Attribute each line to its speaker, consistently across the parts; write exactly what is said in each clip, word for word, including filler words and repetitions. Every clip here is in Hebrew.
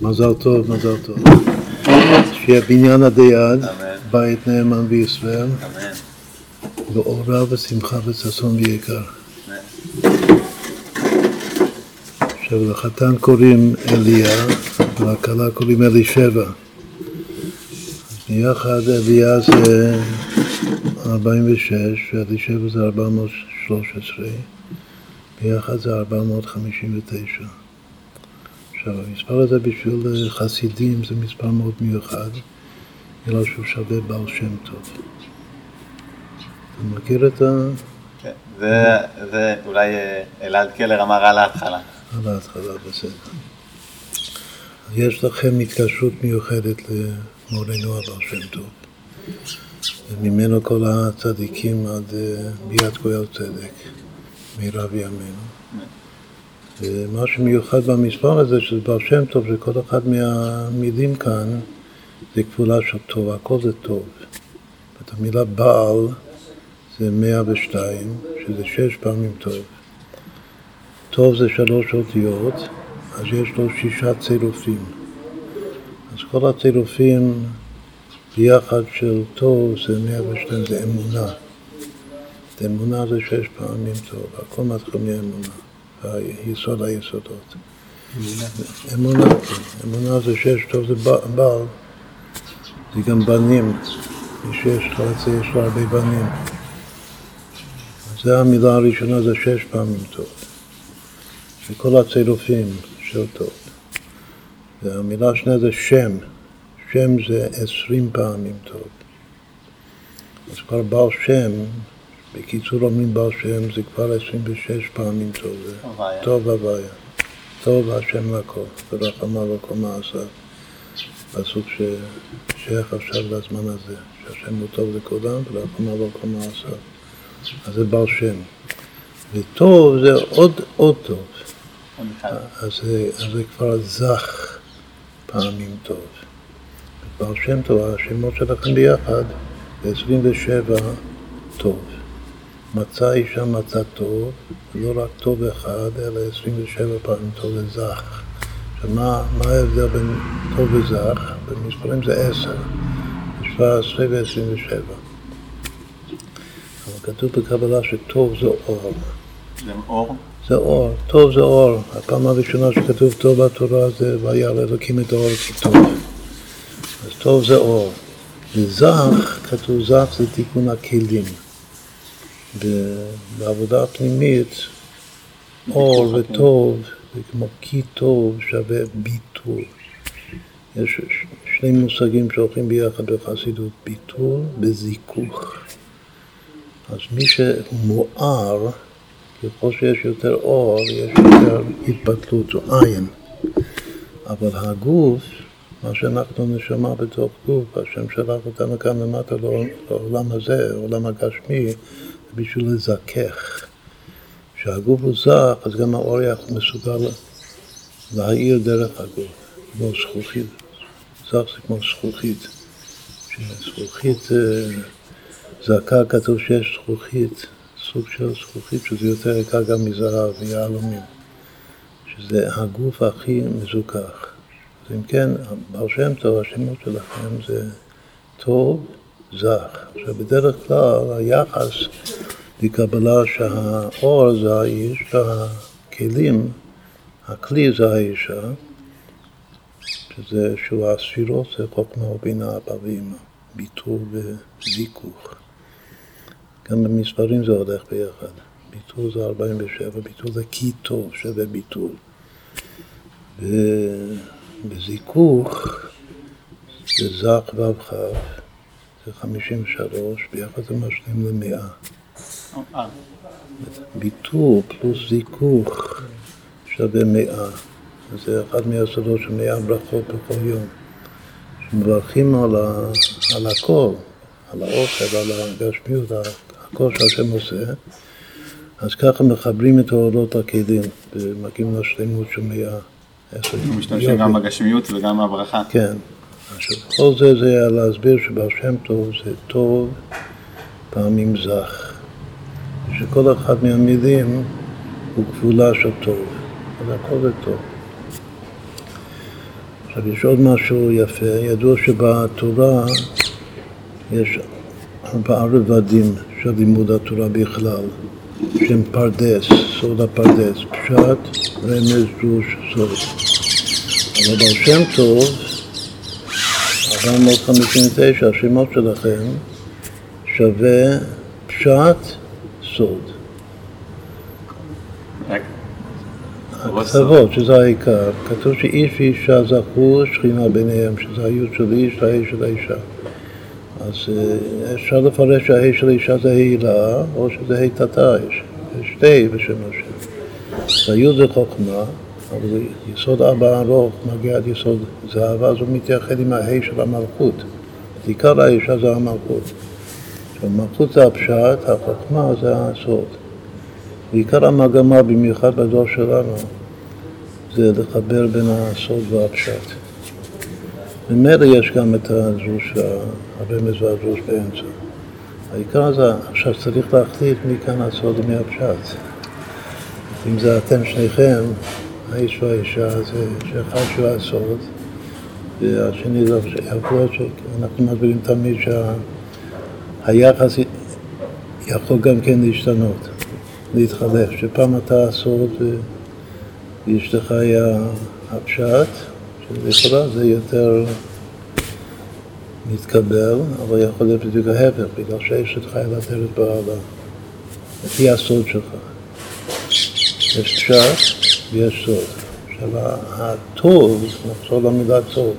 Speaker 1: מזל טוב, מזל טוב. שיהיה בניין הדייד, בית נאמן בישראל, ואורה ושמחה וששון ויקר. עכשיו לחתן קוראים אליה, ולכלה קוראים אלישבע. ביחד אליה זה ארבעים ושש, ואלישבע זה ארבע מאות ושלוש עשרה, ביחד זה ארבע מאות חמישים ותשע. עכשיו, המספר הזה בשביל חסידים זה מספר מאוד מיוחד, אלא שהוא שווה בעל שם טוב. אתה מכיר את ה...
Speaker 2: כן, זה אולי אלעד קלר אמר על ההתחלה.
Speaker 1: על ההתחלה, בסדר. יש לכם התקשרות מיוחדת למורנו הבעל שם טוב. וממנו כל הצדיקים עד ביאת גואל צדק, מירב ימינו. ומה שמיוחד במספר הזה, שזה בעל שם טוב, שכל אחד מהמילים כאן זה כפולה של טוב, הכל זה טוב. את המילה בעל זה מאה ושתיים, שזה שש פעמים טוב. טוב זה שלוש אותיות, אז יש לו שישה צירופים. אז כל הצירופים ביחד של טוב זה מאה ושתיים, זה אמונה. אמונה זה שש פעמים טוב, הכל מתחיל מאמונה. היסוד היסודות. אמונה, אמונה זה שש, טוב זה בעל, זה גם בנים, מי שיש חלצה יש לו הרבה בנים. זה המילה הראשונה, זה שש פעמים טוב. וכל הצירופים של טוב. והמילה השנייה זה שם, שם זה עשרים פעמים טוב. אז כבר בעל שם, בקיצור אומרים בעל שם זה כבר עשרים ושש פעמים טוב, טוב הוויה, טוב השם לכל, ורחמה לו כל מעשיו, פסוק ששייך עכשיו לזמן הזה, שהשם הוא טוב לכולם ורחמה לו כל מעשיו, אז זה בעל שם, וטוב זה עוד עוד טוב, אז זה, אז זה כבר זך פעמים טוב, בעל שם טוב, השמות שלכם ביחד, ב-עשרים ושבע טוב. מצא אישה מצא טוב, לא רק טוב אחד, אלא עשרים ושבע פעמים טוב וזך. עכשיו, מה, מה ההבדל בין טוב וזך? במספרים זה עשר, שבע עשרה ועשרים ושבע. אבל כתוב בקבלה שטוב זה אור.
Speaker 2: זה אור? זה
Speaker 1: אור, טוב זה אור. הפעם הראשונה שכתוב טוב בתורה זה וירא אלוקים את האור כי טוב. אז טוב זה אור. וזך, כתוב זך זה תיקון הכלים. בעבודה הפנימית, אור וטוב, זה כמו כי טוב שווה ביטול. יש שני מושגים שהולכים ביחד בחסידות, ביטול וזיכוך. אז מי שמואר, ככל שיש יותר אור, יש יותר התבטלות או עין. אבל הגוף, מה שאנחנו נשמע בתוך גוף, השם שלח אותנו כאן למטה לעולם הזה, העולם הגשמי, בשביל לזכך. כשהגוף הוא זך, אז גם האור מסוגל להאיר דרך הגוף, כמו זכוכית. זך זה כמו זכוכית. כשזכוכית זכה, כתוב שיש זכוכית, סוג של זכוכית, שזה יותר יקר גם מזהב ויהלומים. שזה הגוף הכי מזוכח. אז אם כן, בעל שם טוב, השמות שלכם זה טוב, זך. עכשיו, בדרך כלל, היחס לקבלה שהאור זה האיש, והכלים, הכלי זה האישה, שזה שהוא הספירות, זה חוכמה ובינה אבא ואמא, ביטול וזיכוך. גם במספרים זה הולך ביחד. ביטול זה ארבעים ושבע, ביטול זה כי טוב, שווה ביטול. ובזיכוך זה זך ובחב. זה חמישים ושלוש, ביחד זה משלים למאה. ביטול פלוס זיכוך שווה מאה. זה אחד מהסודות של מאה ברכות בכל יום. שמברכים על, ה... על הכל, על האוכל, על הגשמיות, הכל שהשם עושה. אז ככה מחברים את האורות הכלים ומגיעים לשלמות של מאה.
Speaker 2: משתמשים גם בגשמיות וגם בברכה.
Speaker 1: כן. עכשיו, כל זה זה להסביר שבעל שם טוב זה טוב פעמים זך. שכל אחד מהמילים הוא כפולה של טוב. אז הכל זה טוב. עכשיו, יש עוד משהו יפה, ידוע שבתורה יש ארבעה רבדים של לימוד התורה בכלל, שהם פרדס, סוד הפרדס, פשט, רמז, דרוש, סוד. אבל בעל שם טוב, ארבע מאות חמישים ותשע, השמות שלכם, שווה פשט, סוד. הקצוות, שזה העיקר, כתוב שאיש ואישה זכו שכינה ביניהם, שזה היוד של איש והאש של האישה. אז אפשר לפרש שהאש של האישה זה הילה, או שזה היתתה האש. יש שתי בשם השם. היוד זה חוכמה, אבל יסוד אבא ארוך מגיע עד יסוד זהב, אז הוא מתייחד עם האש של המלכות. עיקר האישה זה המלכות. המלכות זה הפשט, החוכמה זה הסוד. ועיקר המגמה, במיוחד בדור שלנו, זה לחבר בין הסוד והפשט. במילא יש גם את הדרוש, הרמז והדרוש באמצע. העיקר זה, עכשיו צריך להחליט מכאן הסוד ומהפשט. אם זה אתם שניכם, האיש והאישה, זה שאחד שהוא הסוד, והשני זה יכול להיות שאנחנו מסבירים תמיד שהיחס יכול גם כן להשתנות. להתחלף, שפעם אתה הסוד ואשתך היה הפשט, שלכאורה זה יותר מתקבל, אבל יכול להיות בדיוק ההפך, בגלל שאשתך היה לתרת בעלה, לפי הסוד שלך. יש פשט ויש סוד. עכשיו, הטוב, נחזור למילה טוב.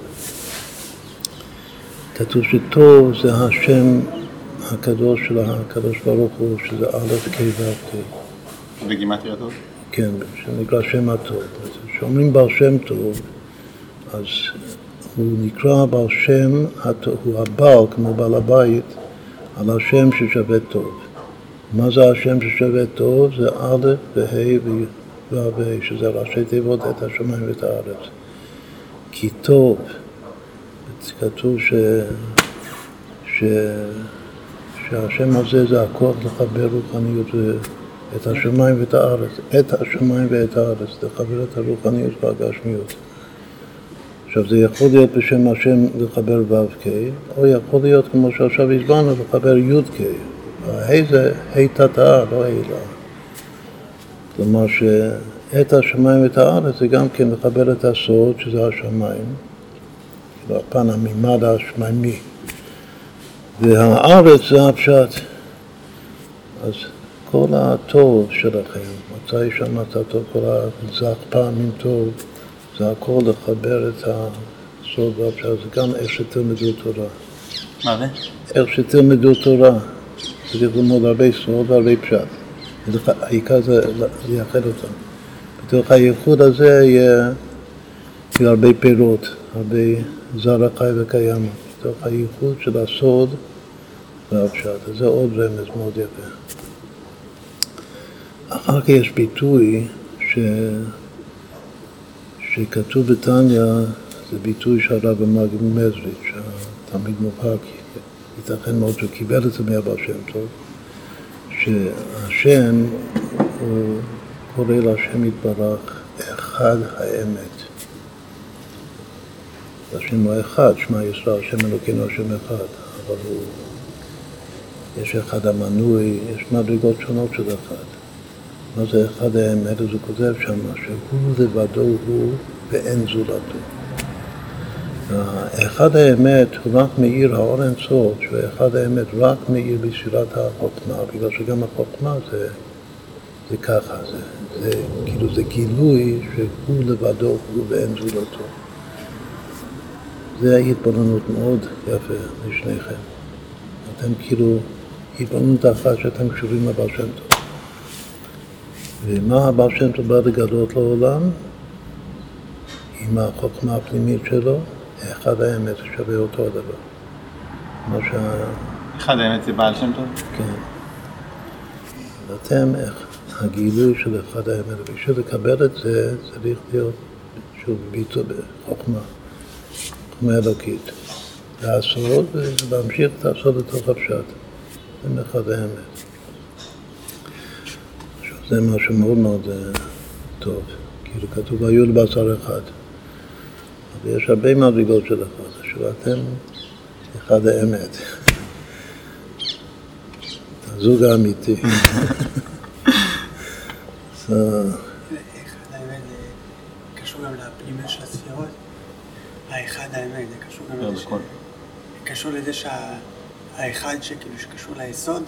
Speaker 1: כתוב שטוב זה השם הקדוש של הקדוש ברוך הוא, שזה א' ק' ו' ק'.
Speaker 2: בגימטריה טוב?
Speaker 1: כן, שנקרא שם הטוב. כשאומרים בעל שם טוב, אז הוא נקרא בעל שם הטוב, הוא הבעל, כמו בעל הבית, על השם ששווה טוב. מה זה השם ששווה טוב? זה א' וה' ו' וה', שזה ראשי תיבות את השמיים ואת הארץ. כי טוב, כתוב ש... ש... שהשם הזה זה הכוח לחבר רוחניות את השמיים ואת הארץ, את השמיים ואת הארץ, לחבר את הרוחניות והגשמיות. עכשיו זה יכול להיות בשם השם לחבר ו' ק', או יכול להיות כמו שעכשיו הסברנו לחבר י' ק'. ה' זה ה' תתאה, לא ה' לה. כלומר שאת השמיים ואת הארץ זה גם כן לחבר את הסוד, שזה השמיים, הפן המימד השמיימי. והארץ זה הפשט. אז כל הטוב שלכם, מצא אישה מצא טוב, כל הזך פעמים טוב, זה הכל לחבר את הסוד והפשט. זה גם איך שתלמדו תורה.
Speaker 2: מה זה?
Speaker 1: איך שתלמדו תורה. צריך ללמוד הרבה סוד והרבה פשט. העיקר זה לייחד אותם. בתוך הייחוד הזה יהיה הרבה פירות, הרבה זרע חי וקיים. בתוך הייחוד של הסוד והפשט. זה עוד רמז מאוד יפה. אחר כך יש ביטוי ש... שכתוב בתניא, זה ביטוי שהרב המגיד מזריץ', התלמיד מובהק, ייתכן מאוד שהוא קיבל את זה מהבעל שם טוב, שהשם הוא קורא להשם יתברך אחד האמת. השם הוא אחד, שמע ישראל, השם אלוקינו, השם אחד, אבל הוא, יש אחד המנוי, יש מדרגות שונות של אחד. מה זה אחד האמת? אז הוא כותב שם שהוא לבדו הוא ואין זולתו. אחד האמת הוא רק מאיר האור אין סוד, שאחד האמת רק מאיר בספירת החוכמה, בגלל שגם החוכמה זה, זה ככה, זה, זה, כאילו זה גילוי שהוא לבדו הוא ואין זולתו. זה התבוננות מאוד יפה לשניכם. אתם כאילו התבוננות אחת שאתם קשורים לבעל שם טוב. ומה הבעל שם טוב בא לגלות לעולם? עם החוכמה הפנימית שלו, אחד האמת שווה אותו הדבר. מה שה...
Speaker 2: אחד האמת זה בעל שם טוב?
Speaker 1: כן. ואתם, הגילוי של אחד האמת, בשביל לקבל את זה, צריך להיות שוב ביטוי בחוכמה. חוכמה אלוקית. לעשות ולהמשיך לעשות לתוך הפשט. זה אחד האמת. זה משהו מאוד מאוד טוב, כאילו כתוב היו לבשר אחד. ויש הרבה מדרגות של אחד, עכשיו אתם אחד האמת. הזוג האמיתי.
Speaker 3: אחד האמת קשור גם לפנימיות של הספירות. האחד האמת, זה קשור גם לזה ש... קשור לזה שהאחד שכאילו שקשור ליסוד.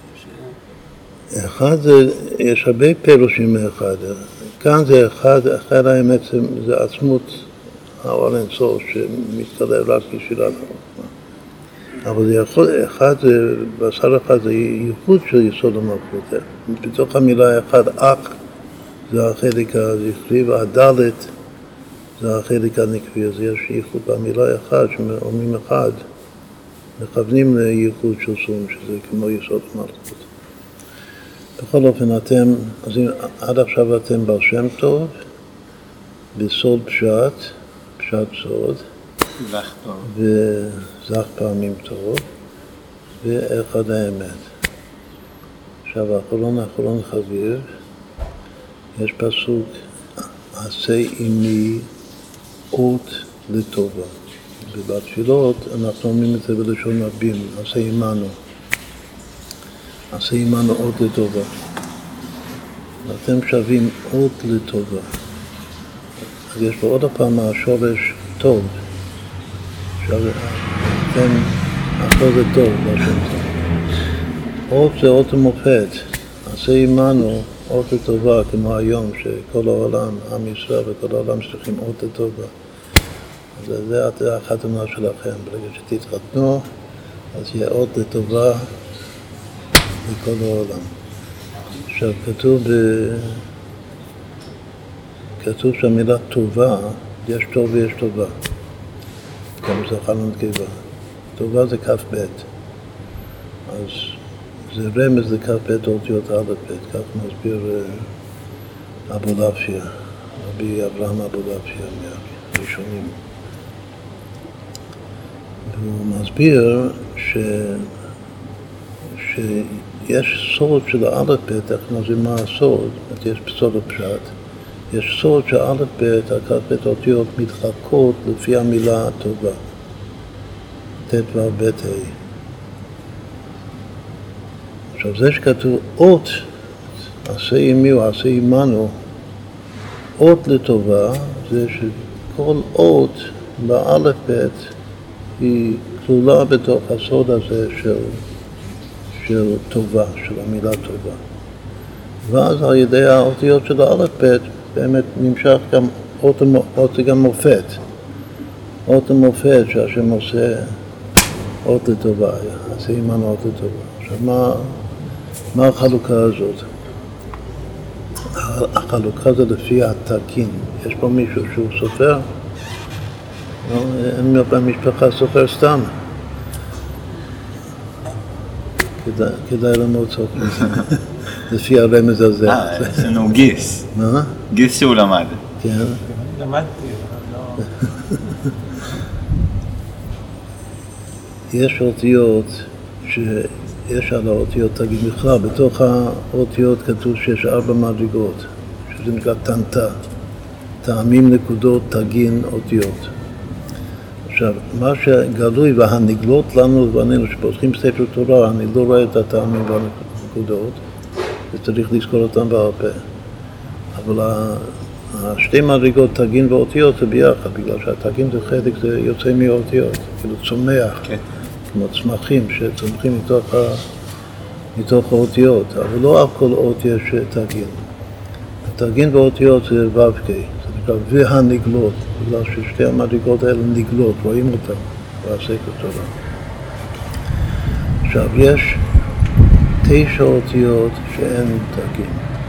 Speaker 1: אחד זה, יש הרבה פירושים מאחד. כאן זה אחד, אחד האמת זה, זה עצמות האור אינסוף שמתקרב רק בשבילנו. אבל זה יכול, אחד זה, בשר אחד זה ייחוד של יסוד המלכות. בתוך המילה אחד, אח, זה החלק הזכרי, והדלת זה החלק הנקבי. אז יש ייחוד במילה אחד, שאומרים אחד, מכוונים לייחוד של סום, שזה כמו יסוד המלכות. בכל אופן, אתם, אז עד עכשיו אתם בר שם טוב, בסוד פשט, פשט סוד,
Speaker 2: זך טוב.
Speaker 1: וזך פעמים טוב, ואחד האמת. עכשיו, החולון, החולון חביב, יש פסוק, עשה עמי אות לטובה. ובתפילות אנחנו אומרים את זה בלשון רבים, עשה עמנו. עשה עמנו אות לטובה. ואתם שווים אות לטובה. אז יש פה עוד הפעם השורש טוב. עכשיו, אתם, הכל זה טוב, לשם טוב. אות זה אות המופת. עשה עמנו אות לטובה, כמו היום שכל העולם, עם ישראל וכל העולם צריכים אות לטובה. אז זה החתונה שלכם. ברגע שתתחתנו, אז יהיה אות לטובה לכל העולם. עכשיו, כתוב, ב... כתוב שהמילה טובה, יש טוב ויש טובה. גם זה חלון תקיבה. טובה זה כף בית. אז זה רמז לכף בית אותיות א' בית. כך מסביר אבולעפיה, רבי אברהם אבולעפיה מהראשונים. והוא מסביר ש... שיש סוד של האלף בית, איך נזים מה הסוד, יש בסוד הפשט, יש סוד שהאלף בית, הכף בית אותיות מתחלקות לפי המילה הטובה. תת ועל בית ה'. עכשיו זה שכתוב אות, עשה עמי או עשה עמנו, אות לטובה, זה שכל אות באלף בית היא כלולה בתוך הסוד הזה של של טובה, של המילה טובה. ואז על ידי האותיות של האלף בית באמת נמשך גם אות, אות גם מופת. אות המופת שהשם עושה אות לטובה, עשה עמנו אות לטובה. עכשיו מה, מה החלוקה הזאת? החלוקה זה לפי התקין. יש פה מישהו שהוא סופר? אין במשפחה סופר סתם. כדאי, כדאי ללמוד סוף מזה, לפי הרמז הזה.
Speaker 2: אה, יש לנו גיס.
Speaker 1: מה?
Speaker 2: גיס שהוא למד.
Speaker 1: כן.
Speaker 3: למדתי, אבל לא...
Speaker 1: יש אותיות, שיש על האותיות, תגיד בכלל, בתוך האותיות כתוב שיש ארבע מדרגות, שזה נקרא תנתה, טעמים, נקודות, תגין, אותיות. עכשיו, מה שגלוי והנגלות לנו לבנינו, שפותחים ספר תורה, אני לא רואה את הטעמים והנקודות, וצריך לזכור אותם בעל פה. אבל השתי מדרגות, תגין ואותיות, זה ביחד, בגלל שהתגין זה חלק, זה יוצא מאותיות, כאילו צומח, כן. כמו צמחים שצומחים מתוך, ה... מתוך האותיות, אבל לא אף כל אות יש תגין. התגין ואותיות זה ו"ק. והנגלות, בגלל ששתי המדרגות האלה נגלות, רואים אותן בספר תורה. עכשיו, יש תשע אותיות שאין תגין,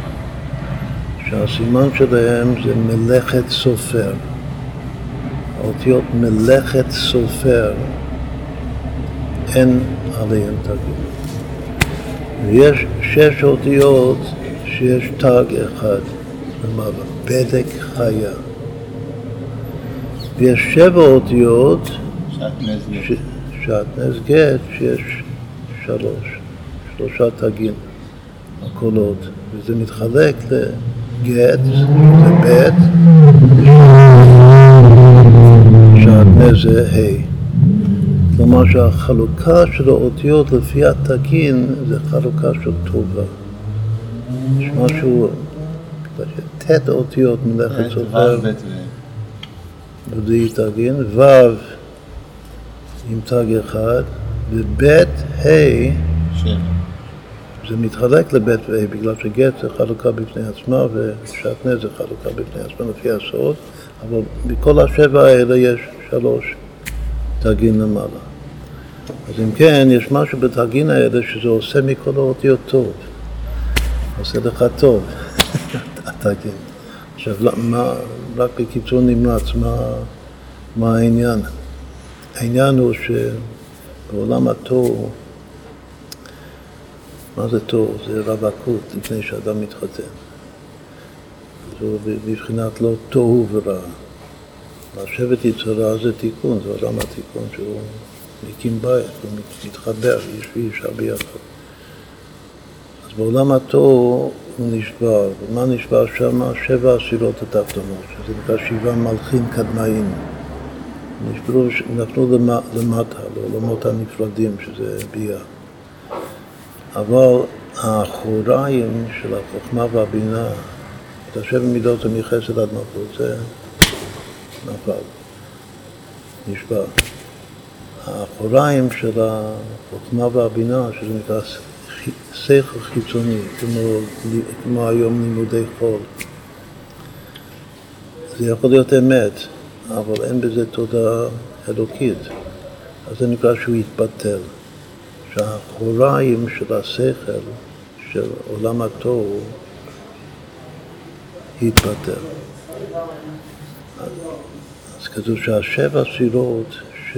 Speaker 1: שהסימן שלהם זה מלאכת סופר. האותיות מלאכת סופר, אין עליהן תגין. ויש שש אותיות שיש תג אחד, למעלה, בדק חיה. ויש שבע אותיות, שעטנז גט, שיש שלוש, שלושה תגין, הקולות, וזה מתחלק לגט, לבית, שעטנז זה ה'. כלומר שהחלוקה של האותיות לפי התקין זה חלוקה של טובה. יש משהו, תת אותיות מלאכת סופר, וזה תקין, ו' עם תג אחד, ובית ה' זה מתחלק לבית וה' בגלל שגט זה חלוקה בפני עצמה ושעטנז זה חלוקה בפני עצמה לפי הסוד, אבל בכל השבע האלה יש שלוש תגין למעלה. אז אם כן, יש משהו בתגין האלה שזה עושה מכל האותיות טוב. עושה לך טוב, התגין. עכשיו, מה, רק בקיצור נמרץ, מה, מה העניין? העניין הוא שבעולם התור, מה זה תור? זה רווקות לפני שאדם מתחתן. זו בבחינת לא תוהו ורע. לשבת יצרה זה תיקון, זה עולם התיקון שהוא מקים בית, הוא מתחבר, איש ואישה ביחד. אז בעולם התור הוא נשבר, ומה נשבר שם? שבע הסירות התחתונות, שזה נקרא שבעה מלכים קדמאים. נשברו, נפלו למטה, לעולמות הנפרדים, שזה בייה. אבל האחוריים של החוכמה והבינה, את השבע מידות מחסד עד מלכות, זה נפל, נשבר. האחוריים של החוכמה והבינה, שזה נקרא שכל חיצוני, כמו, כמו היום לימודי חול. זה יכול להיות אמת, אבל אין בזה תודעה אלוקית. אז זה נקרא שהוא יתבטל. שהאחוריים של השכל, של עולם התור, יתבטל. אז כתוב שהשבע סירות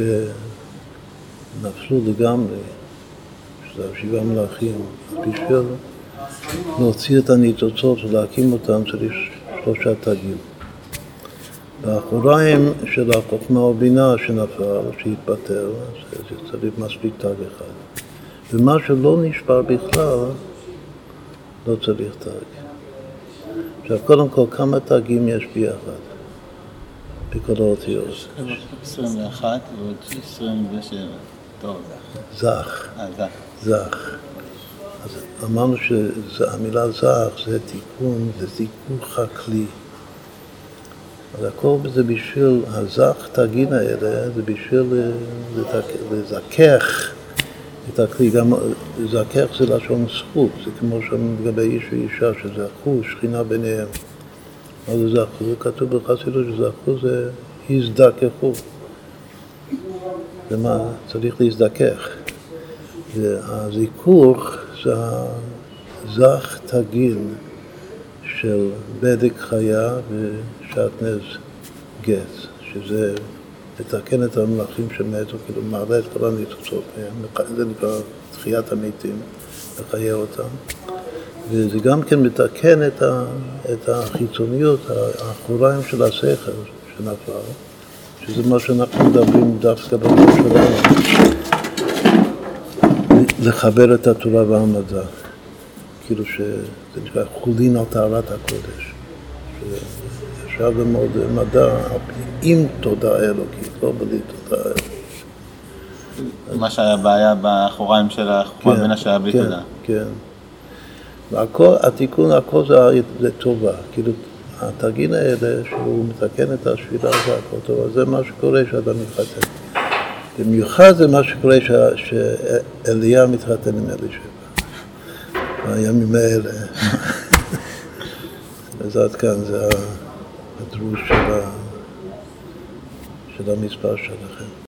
Speaker 1: שנפלו לגמרי, שזה שבעה מלאכים, בשביל להוציא את הניצוצות ולהקים אותם צריך שלושה תגים. והאחוריים של החוכמה ובינה שנפל, שהתבטל, זה צריך מספיק תג אחד. ומה שלא נשבר בכלל, לא צריך תג. עכשיו, קודם כל, כמה תגים יש ביחד? בכל האותיות.
Speaker 2: עשרים ואחת ועוד עשרים ושבע. טוב.
Speaker 1: זך.
Speaker 2: אה, זך.
Speaker 1: זך. אז אמרנו שהמילה זך זה תיקון, זה זיכוך הכלי. אז הכל זה בשביל, הזך תגין האלה, זה בשביל לזכך את הכלי. גם לזכך זה לשון זכות, זה כמו שם לגבי איש ואישה, שזכו שכינה ביניהם. מה זה זכו? זה כתוב בחסידות שזכו זה הזדככו. זה מה? צריך להזדכך. והזיכוך זה הזך תגין של בדק חיה ושעטנז גט, שזה לתקן את המלאכים שמתו, כאילו מעלה את כל הניצוצות מהם, זה נקרא תחיית המתים, לחיה אותם. וזה גם כן מתקן את, ה, את החיצוניות, האחוריים של השכל שנפל, שזה מה שאנחנו מדברים דווקא בכל שלנו, לחבר את התורה והמדע. כאילו שזה נקרא חולין על טהרת הקודש. שאפשר ללמוד מדע עם תודעה אלוקית, לא בלי תודעה אלוקית.
Speaker 2: מה שהיה בעיה באחוריים של החוכמה ובינה שהיה בלי תודעה.
Speaker 1: כן, כן. התיקון, הכל זה, זה טובה. כאילו, התגין האלה שהוא מתקן את השבילה זה הכל טובה. זה מה שקורה שאדם מתחתן. במיוחד זה מה שקורה שאליה מתחתן עם אלישע. הימים האלה. אז עד כאן זה הדרוש של המספר שלכם.